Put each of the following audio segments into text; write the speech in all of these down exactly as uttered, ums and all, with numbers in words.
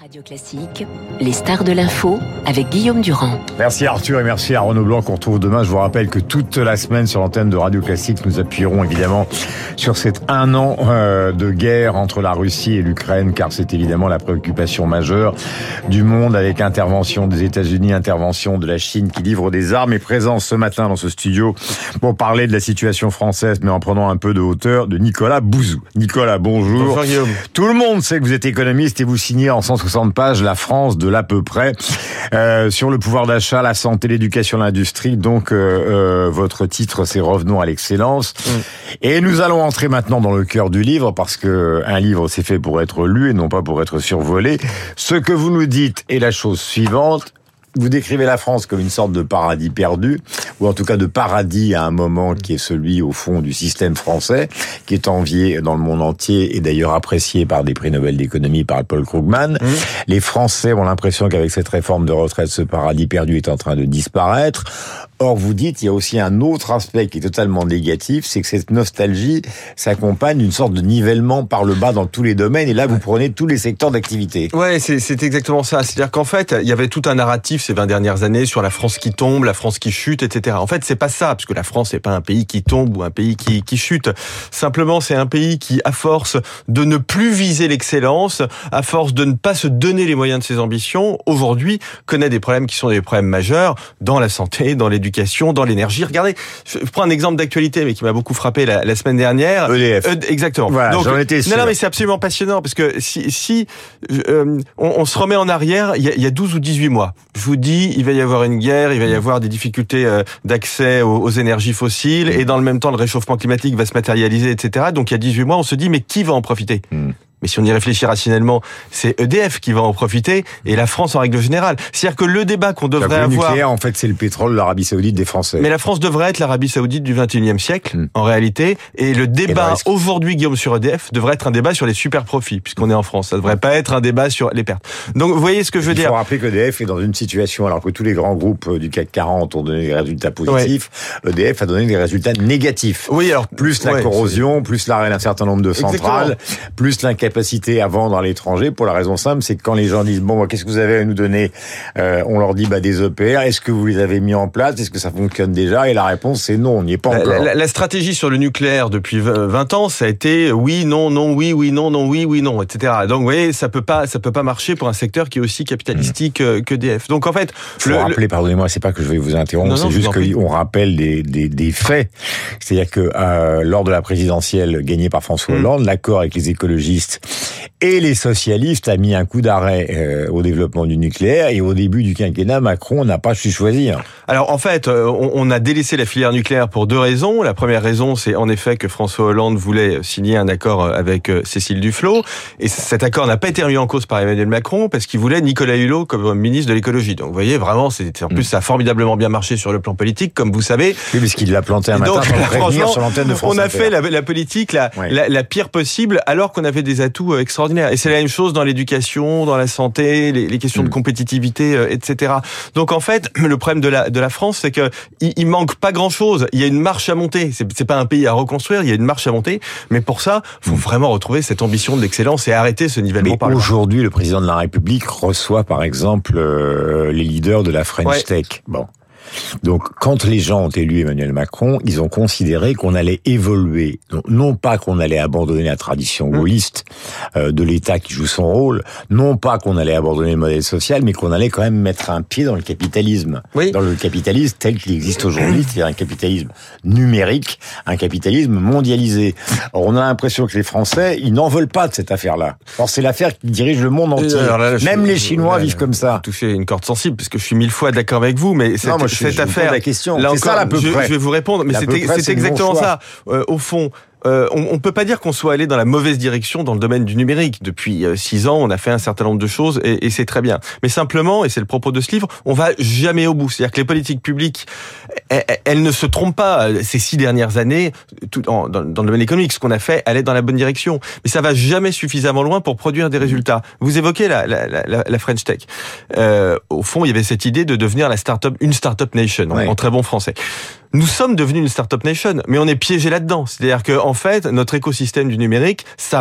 Radio Classique, les stars de l'info avec Guillaume Durand. Merci Arthur et merci à Renaud Blanc qu'on retrouve demain. Je vous rappelle que toute la semaine sur l'antenne de Radio Classique, nous appuierons évidemment sur cet un an euh, de guerre entre la Russie et l'Ukraine, car c'est évidemment la préoccupation majeure du monde, avec intervention des États-Unis, intervention de la Chine qui livre des armes, et présence ce matin dans ce studio pour parler de la situation française, mais en prenant un peu de hauteur, de Nicolas Bouzou. Nicolas, bonjour. Bonjour Guillaume. Tout le monde sait que vous êtes économiste et vous signez en cent soixante pages la France de l'à peu près, euh, sur le pouvoir d'achat, la santé, l'éducation, l'industrie. Donc euh, euh, votre titre, c'est Revenons à l'excellence. Mm. Et nous allons entrer maintenant dans le cœur du livre, parce que un livre, c'est fait pour être lu et non pas pour être survolé. Ce que vous nous dites est la chose suivante. Vous décrivez la France comme une sorte de paradis perdu, ou en tout cas de paradis à un moment qui est celui, au fond, du système français, qui est envié dans le monde entier et d'ailleurs apprécié par des prix Nobel d'économie, par Paul Krugman. Mmh. Les Français ont l'impression qu'avec cette réforme de retraite, ce paradis perdu est en train de disparaître. Or, vous dites, il y a aussi un autre aspect qui est totalement négatif, c'est que cette nostalgie s'accompagne d'une sorte de nivellement par le bas dans tous les domaines, et là, vous prenez tous les secteurs d'activité. Ouais, c'est, c'est exactement ça. C'est-à-dire qu'en fait, il y avait tout un narratif ces vingt dernières années sur la France qui tombe, la France qui chute, et cetera. En fait, c'est pas ça, parce que la France, c'est pas un pays qui tombe ou un pays qui, qui chute. Simplement, c'est un pays qui, à force de ne plus viser l'excellence, à force de ne pas se donner les moyens de ses ambitions, aujourd'hui, connaît des problèmes qui sont des problèmes majeurs dans la santé, dans l'éducation, dans l'énergie. Regardez, je prends un exemple d'actualité, mais qui m'a beaucoup frappé la, la semaine dernière. E D F. E, exactement. Voilà, donc, j'en étais sûr. Non, non, mais c'est absolument passionnant, parce que si, si euh, on, on se remet en arrière, il y, a, il y a douze ou dix-huit mois, je vous dis, il va y avoir une guerre, il va y avoir des difficultés euh, d'accès aux, aux énergies fossiles, et dans le même temps, le réchauffement climatique va se matérialiser, et cetera. Donc, il y a dix-huit mois, on se dit, mais qui va en profiter ? mm. Mais si on y réfléchit rationnellement, c'est E D F qui va en profiter, et la France en règle générale. C'est-à-dire que le débat qu'on devrait le avoir... nucléaire, en fait, c'est le pétrole, l'Arabie Saoudite des Français. Mais la France devrait être l'Arabie Saoudite du vingt et unième siècle, mmh. en réalité. Et le débat et aujourd'hui, Guillaume, sur E D F, devrait être un débat sur les super profits, puisqu'on est en France. Ça devrait pas être un débat sur les pertes. Donc, vous voyez ce que je veux Il dire. Il faut rappeler que E D F est dans une situation, alors que tous les grands groupes du C A C quarante ont donné des résultats positifs, ouais. E D F a donné des résultats négatifs. Oui, alors. Plus la ouais, corrosion, c'est... plus l'arrêt d'un certain nombre de centrales, exactement. Plus l'incapacité à vendre à l'étranger, pour la raison simple, c'est que quand les gens disent bon, qu'est-ce que vous avez à nous donner, euh, on leur dit bah des E P R. Est-ce que vous les avez mis en place? Est-ce que ça fonctionne déjà? Et la réponse c'est non, on n'y est pas la, encore. La, la stratégie sur le nucléaire depuis vingt ans, ça a été oui, non, non, oui, oui, non, non, oui, oui, non, et cetera. Donc vous voyez, ça peut pas, ça peut pas marcher pour un secteur qui est aussi capitalistique mmh. que E D F. Donc en fait, faut le, rappeler, le... pardonnez-moi, c'est pas que je vais vous interrompre, non, non, c'est juste qu'on rappelle des, des, des faits. C'est-à-dire que euh, lors de la présidentielle gagnée par François Hollande, mmh. l'accord avec les écologistes et les socialistes a mis un coup d'arrêt euh, au développement du nucléaire, et au début du quinquennat, Macron n'a pas su choisir. Alors en fait, on, on a délaissé la filière nucléaire pour deux raisons. La première raison, c'est en effet que François Hollande voulait signer un accord avec Cécile Duflot, et cet accord n'a pas été remis en cause par Emmanuel Macron parce qu'il voulait Nicolas Hulot comme ministre de l'écologie. Donc vous voyez, vraiment, c'est, en plus, ça a formidablement bien marché sur le plan politique, comme vous savez. Oui, puisqu'il l'a planté un matin donc, pour le prévenir sur l'antenne de France On a Inter. fait la, la politique la, ouais. la, la pire possible, alors qu'on avait des atouts extraordinaires. Et c'est la même chose dans l'éducation, dans la santé, les, les questions mmh. de compétitivité, euh, et cetera. Donc en fait, le problème de la de la France, c'est que il, il manque pas grand-chose. Il y a une marche à monter. C'est, c'est pas un pays à reconstruire. Il y a une marche à monter. Mais pour ça, faut mmh. vraiment retrouver cette ambition de l'excellence et arrêter ce nivellement. Mais par aujourd'hui, le président de la République reçoit, par exemple, euh, les leaders de la French ouais. Tech. Bon. Donc, quand les gens ont élu Emmanuel Macron, ils ont considéré qu'on allait évoluer. Non pas qu'on allait abandonner la tradition gaulliste euh, de l'État qui joue son rôle, non pas qu'on allait abandonner le modèle social, mais qu'on allait quand même mettre un pied dans le capitalisme. Oui. Dans le capitalisme tel qu'il existe aujourd'hui, c'est-à-dire un capitalisme numérique, un capitalisme mondialisé. Or, on a l'impression que les Français, ils n'en veulent pas de cette affaire-là. Or, c'est l'affaire qui dirige le monde entier. Là, même je, les Chinois je, vivent comme ça. Vous touchez une corde sensible, parce que je suis mille fois d'accord avec vous, mais non, moi, je cette je affaire, la question. Là c'est encore, ça, à peu je, près. je vais vous répondre, mais c'était, près, c'est, c'est exactement bon ça. Euh, au fond, Euh, on, on peut pas dire qu'on soit allé dans la mauvaise direction dans le domaine du numérique. Depuis euh, six ans, on a fait un certain nombre de choses et, et c'est très bien. Mais simplement, et c'est le propos de ce livre, on va jamais au bout. C'est-à-dire que les politiques publiques, elles, elles ne se trompent pas. Ces six dernières années, tout, en, dans, dans le domaine économique, ce qu'on a fait allait dans la bonne direction. Mais ça va jamais suffisamment loin pour produire des résultats. Vous évoquez la, la, la, la French Tech. Euh, au fond, il y avait cette idée de devenir la start-up, une start-up nation, ouais. en, en très bon français. Nous sommes devenus une start-up nation, mais on est piégé là-dedans. C'est-à-dire que, en fait, notre écosystème du numérique, ça reste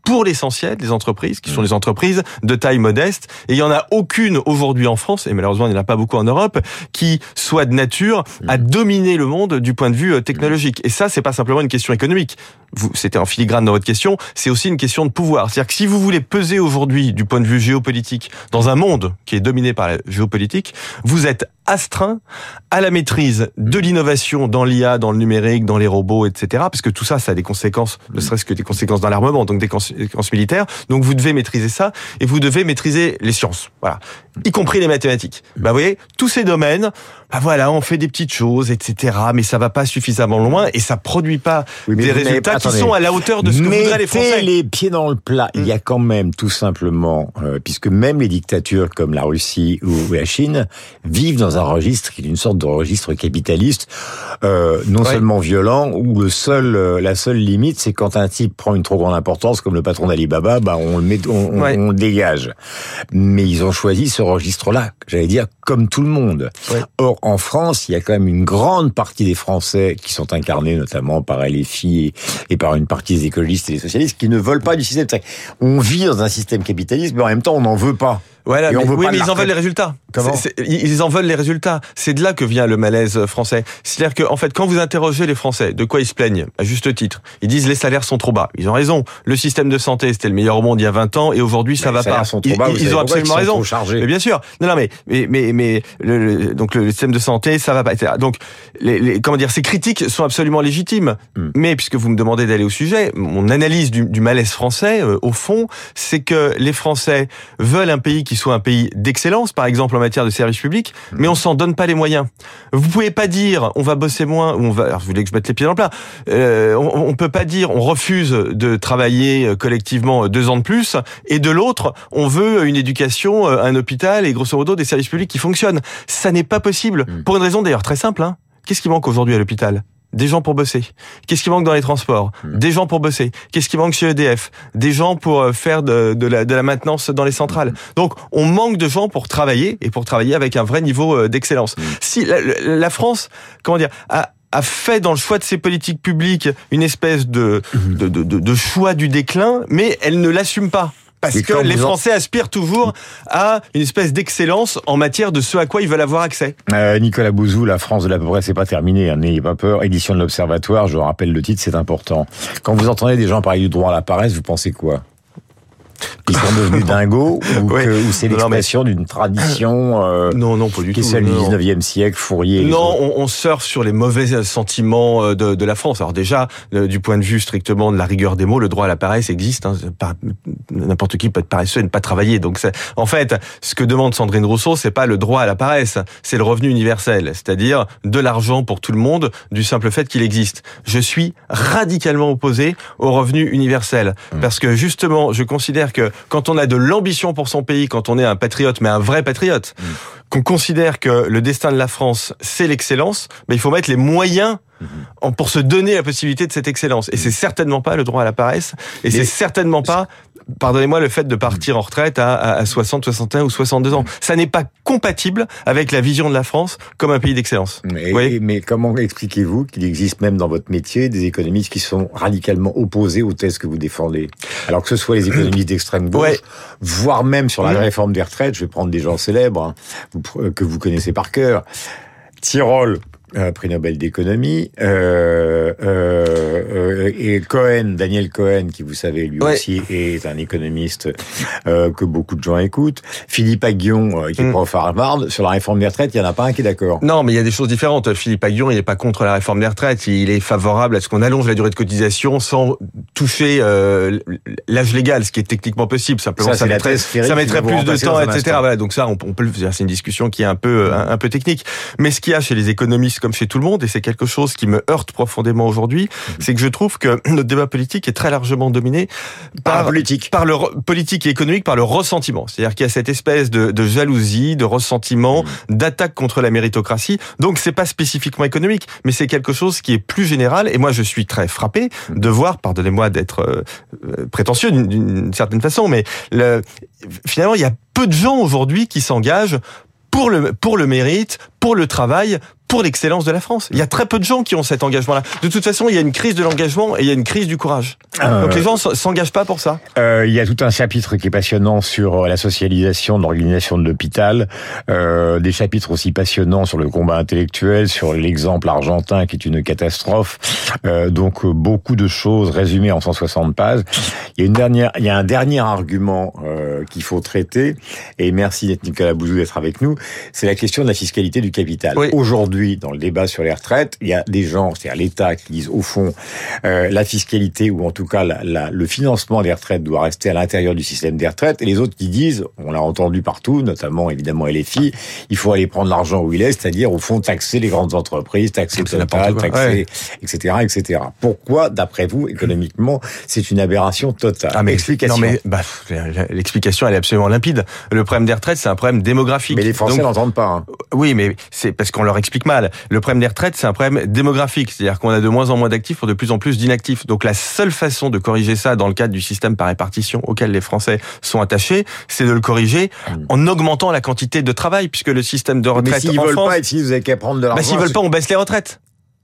pour l'essentiel des entreprises, qui sont des entreprises de taille modeste. Et il y en a aucune aujourd'hui en France, et malheureusement il n'y en a pas beaucoup en Europe, qui soit de nature à dominer le monde du point de vue technologique. Et ça, c'est pas simplement une question économique. Vous, c'était en filigrane dans votre question, c'est aussi une question de pouvoir. C'est-à-dire que si vous voulez peser aujourd'hui du point de vue géopolitique dans un monde qui est dominé par la géopolitique, vous êtes astreint à la maîtrise de l'innovation dans l'I A, dans le numérique, dans les robots, et cetera. Parce que tout ça, ça a des conséquences, ne serait-ce que des conséquences dans l'armement, donc des conséquences militaires. Donc vous devez maîtriser ça, et vous devez maîtriser les sciences, voilà, y compris les mathématiques. Bah vous voyez, tous ces domaines, bah voilà, on fait des petites choses, et cetera. Mais ça va pas suffisamment loin, et ça produit pas oui, des résultats qui sont à la hauteur de ce que voudraient les Français. Mettez les pieds dans le plat. Il y a quand même, tout simplement, euh, puisque même les dictatures comme la Russie ou la Chine vivent dans un registre qui est une sorte de registre capitaliste, euh, non ouais. seulement violent, où le seul, euh, la seule limite, c'est quand un type prend une trop grande importance, comme le patron d'Alibaba, bah on le met, on, ouais. on, on le dégage. Mais ils ont choisi ce registre-là, j'allais dire, comme tout le monde. Ouais. Or, en France, il y a quand même une grande partie des Français qui sont incarnés notamment par L F I et, et par une partie des écologistes et des socialistes qui ne veulent pas du système. On vit dans un système capitaliste, mais en même temps, on n'en veut pas. Voilà, mais, oui, mais ils en veulent les résultats. Comment c'est, c'est, ils en veulent les résultats. C'est de là que vient le malaise français. C'est-à-dire que, en fait, quand vous interrogez les Français, de quoi ils se plaignent, à juste titre, ils disent les salaires sont trop bas. Ils ont raison. Le système de santé, c'était le meilleur au monde il y a vingt ans, et aujourd'hui, ça mais va pas. Sont trop ils, bas, ils, ils ont absolument ils raison. Mais bien sûr. Non, non, mais, mais, mais, mais le, le, donc le système de santé, ça va pas, et cetera. Donc, les, les, comment dire, ces critiques sont absolument légitimes. Hmm. Mais puisque vous me demandez d'aller au sujet, mon analyse du, du malaise français, euh, au fond, c'est que les Français veulent un pays qui soit un pays d'excellence, par exemple en matière de services publics, mais on s'en donne pas les moyens. Vous pouvez pas dire on va bosser moins, ou on va. Alors, vous voulez que je mette les pieds dans le plat euh, on, on peut pas dire on refuse de travailler collectivement deux ans de plus, et de l'autre on veut une éducation, un hôpital et grosso modo des services publics qui fonctionnent. Ça n'est pas possible. Pour une raison d'ailleurs très simple. Hein. Qu'est-ce qui manque aujourd'hui à l'hôpital ? Des gens pour bosser. Qu'est-ce qui manque dans les transports ? mmh. Des gens pour bosser. Qu'est-ce qui manque chez E D F ? Des gens pour faire de, de, la, de la maintenance dans les centrales. mmh. Donc, on manque de gens pour travailler, et pour travailler avec un vrai niveau d'excellence. mmh. Si la, la France, comment dire, a a fait dans le choix de ses politiques publiques une espèce de, mmh. de, de, de, de choix du déclin, mais elle ne l'assume pas. Parce que les Français aspirent toujours à une espèce d'excellence en matière de ce à quoi ils veulent avoir accès. Euh, Nicolas Bouzou, la France de l'à peu près, c'est pas terminé. Hein, n'ayez pas peur. Édition de l'Observatoire, je rappelle le titre, c'est important. Quand vous entendez des gens parler du droit à la paresse, vous pensez quoi ? Ils sont devenus dingos ou, ouais. que, ou c'est l'expression mais... d'une tradition euh, non, non, pas du qui est tout, celle non. du dix-neuvième siècle, Fourier. Non, on, on surfe sur les mauvais sentiments de, de la France. Alors déjà, euh, du point de vue strictement de la rigueur des mots, le droit à la paresse existe. Hein. Pas, n'importe qui peut être paresseux et ne pas travailler. Donc, c'est, en fait, ce que demande Sandrine Rousseau, c'est pas le droit à la paresse, c'est le revenu universel, c'est-à-dire de l'argent pour tout le monde, du simple fait qu'il existe. Je suis radicalement opposé au revenu universel, mmh. parce que justement, je considère que quand on a de l'ambition pour son pays, quand on est un patriote, mais un vrai patriote, mmh. qu'on considère que le destin de la France, c'est l'excellence, mais il faut mettre les moyens mmh. pour se donner la possibilité de cette excellence. Et c'est certainement pas le droit à la paresse, et mais... c'est certainement pas, pardonnez-moi, le fait de partir en retraite à, à soixante, soixante et un ou soixante-deux ans. Ça n'est pas compatible avec la vision de la France comme un pays d'excellence. Mais, mais comment expliquez-vous qu'il existe même dans votre métier des économistes qui sont radicalement opposés aux thèses que vous défendez ? Alors que ce soit les économistes d'extrême gauche, ouais. voire même sur la réforme des retraites, je vais prendre des gens célèbres hein, vous, que vous connaissez par cœur. Tirole, Euh, prix Nobel d'économie, euh, euh, euh, et Cohen, Daniel Cohen, qui vous savez lui ouais. aussi est un économiste euh, que beaucoup de gens écoutent. Philippe Aghion, euh, qui est mm. prof à Harvard, sur la réforme des retraites, il y en a pas un qui est d'accord. Non, mais il y a des choses différentes. Philippe Aghion, il n'est pas contre la réforme des retraites, il est favorable à ce qu'on allonge la durée de cotisation sans toucher euh, l'âge légal, ce qui est techniquement possible. Simplement, ça, ça mettrait, ça mettrait plus de temps, et cetera. Voilà, donc ça, on, on peut le faire. C'est une discussion qui est un peu, un, un peu technique. Mais ce qu'il y a chez les économistes comme chez tout le monde, et c'est quelque chose qui me heurte profondément aujourd'hui, mmh. c'est que je trouve que notre débat politique est très largement dominé par, par politique, par le politique et économique, par le ressentiment. C'est-à-dire qu'il y a cette espèce de, de jalousie, de ressentiment, mmh. d'attaque contre la méritocratie. Donc c'est pas spécifiquement économique, mais c'est quelque chose qui est plus général. Et moi, je suis très frappé mmh. de voir, pardonnez-moi d'être euh, prétentieux d'une, d'une certaine façon, mais le, finalement, il y a peu de gens aujourd'hui qui s'engagent pour le pour le mérite, pour le travail, pour l'excellence de la France. Il y a très peu de gens qui ont cet engagement-là. De toute façon, il y a une crise de l'engagement et il y a une crise du courage. Euh, Donc les gens s'engagent pas pour ça. Euh, il y a tout un chapitre qui est passionnant sur la socialisation de l'organisation de l'hôpital, euh, des chapitres aussi passionnants sur le combat intellectuel, sur l'exemple argentin qui est une catastrophe. Euh, donc beaucoup de choses résumées en cent soixante pages. Il y a une dernière, il y a un dernier argument euh, qu'il faut traiter. Et merci Nicolas Bouzou d'être avec nous. C'est la question de la fiscalité du capital. Oui. Aujourd'hui, dans le débat sur les retraites, il y a des gens, c'est-à-dire l'État, qui disent au fond euh, la fiscalité ou en tout cas la, la, le financement des retraites doit rester à l'intérieur du système des retraites, et les autres qui disent, on l'a entendu partout, notamment évidemment L F I, il faut aller prendre l'argent où il est, c'est-à-dire au fond taxer les grandes entreprises, taxer Total, taxer, ouais. et cetera, et cetera. Pourquoi, d'après vous, économiquement, c'est une aberration totale? Ah mais explication. Non mais bah, l'explication elle est absolument limpide. Le problème des retraites, c'est un problème démographique. Mais les Français Donc, n'entendent pas. Hein. Oui, mais c'est parce qu'on leur explique mal. Le problème des retraites, c'est un problème démographique, c'est-à-dire qu'on a de moins en moins d'actifs pour de plus en plus d'inactifs. Donc la seule façon de corriger ça dans le cadre du système par répartition auquel les Français sont attachés, c'est de le corriger mmh. en augmentant la quantité de travail, puisque le système de retraite mais s'ils en veulent France, pas, et si vous avez qu'à prendre de l'argent, bah, s'ils veulent pas, on baisse les retraites.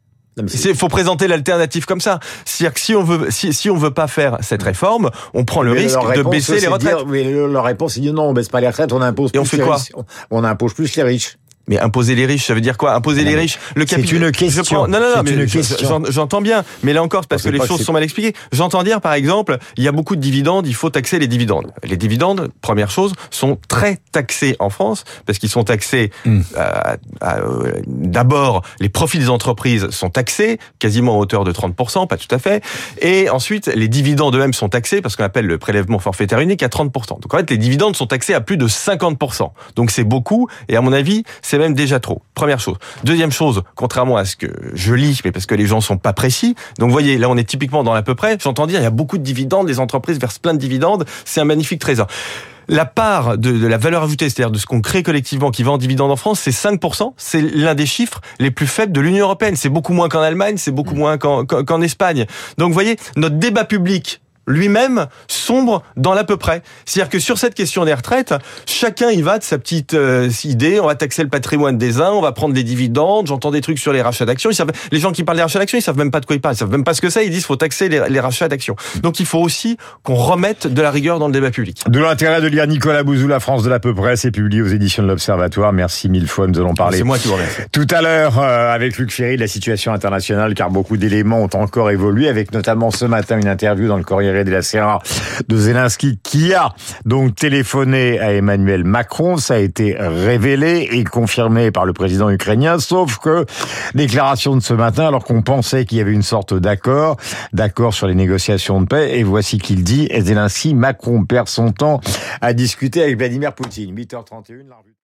Il faut présenter l'alternative comme ça. C'est-à-dire que si on veut, si, si on veut pas faire cette réforme, on prend le mais risque de baisser les retraites. Dire, mais leur réponse, c'est de dire non, on baisse pas les retraites, on impose plus. Et on fait quoi? Riches. On impose plus les riches. Mais imposer les riches, ça veut dire quoi? Imposer non, les riches, le capital. C'est une question. Je prends... Non, non, non, mais j'entends bien. Mais là encore, c'est parce que les choses sont mal expliquées. J'entends dire, par exemple, il y a beaucoup de dividendes, il faut taxer les dividendes. Les dividendes, première chose, sont très taxés en France, parce qu'ils sont taxés, mm. euh, euh, d'abord, les profits des entreprises sont taxés, quasiment à hauteur de trente pour cent, pas tout à fait. Et ensuite, les dividendes eux-mêmes sont taxés, parce qu'on appelle le prélèvement forfaitaire unique à trente pour cent. Donc en fait, les dividendes sont taxés à plus de cinquante pour cent. Donc c'est beaucoup, et à mon avis, c'est même déjà trop. Première chose. Deuxième chose, contrairement à ce que je lis, mais parce que les gens sont pas précis. Donc, vous voyez, là, on est typiquement dans l'à peu près. J'entends dire, il y a beaucoup de dividendes, les entreprises versent plein de dividendes. C'est un magnifique trésor. La part de, de la valeur ajoutée, c'est-à-dire de ce qu'on crée collectivement qui va en dividendes en France, c'est cinq pour cent. C'est l'un des chiffres les plus faibles de l'Union européenne. C'est beaucoup moins qu'en Allemagne, c'est beaucoup moins qu'en, qu'en Espagne. Donc, vous voyez, notre débat public lui-même sombre dans l'à peu près. C'est-à-dire que sur cette question des retraites, chacun y va de sa petite euh, idée. On va taxer le patrimoine des uns, on va prendre les dividendes. J'entends des trucs sur les rachats d'actions. Ils savent, les gens qui parlent des rachats d'actions, ils savent même pas de quoi ils parlent. Ils savent même pas ce que c'est. Ils disent faut taxer les, les rachats d'actions. Donc il faut aussi qu'on remette de la rigueur dans le débat public. De l'intérêt de lire Nicolas Bouzou, La France de l'à peu près, c'est publié aux éditions de l'Observatoire. Merci mille fois, nous allons parler. C'est moi qui vous remercie. Tout à l'heure, euh, avec Luc Ferry, de la situation internationale, car beaucoup d'éléments ont encore évolué, avec notamment ce matin une interview dans le Corriere della Sera de Zelensky qui a donc téléphoné à Emmanuel Macron. Ça a été révélé et confirmé par le président ukrainien, sauf que déclaration de ce matin, alors qu'on pensait qu'il y avait une sorte d'accord, d'accord sur les négociations de paix, et voici qu'il dit, Zelensky, Macron perd son temps à discuter avec Vladimir Poutine. huit heures trente et une, la revue.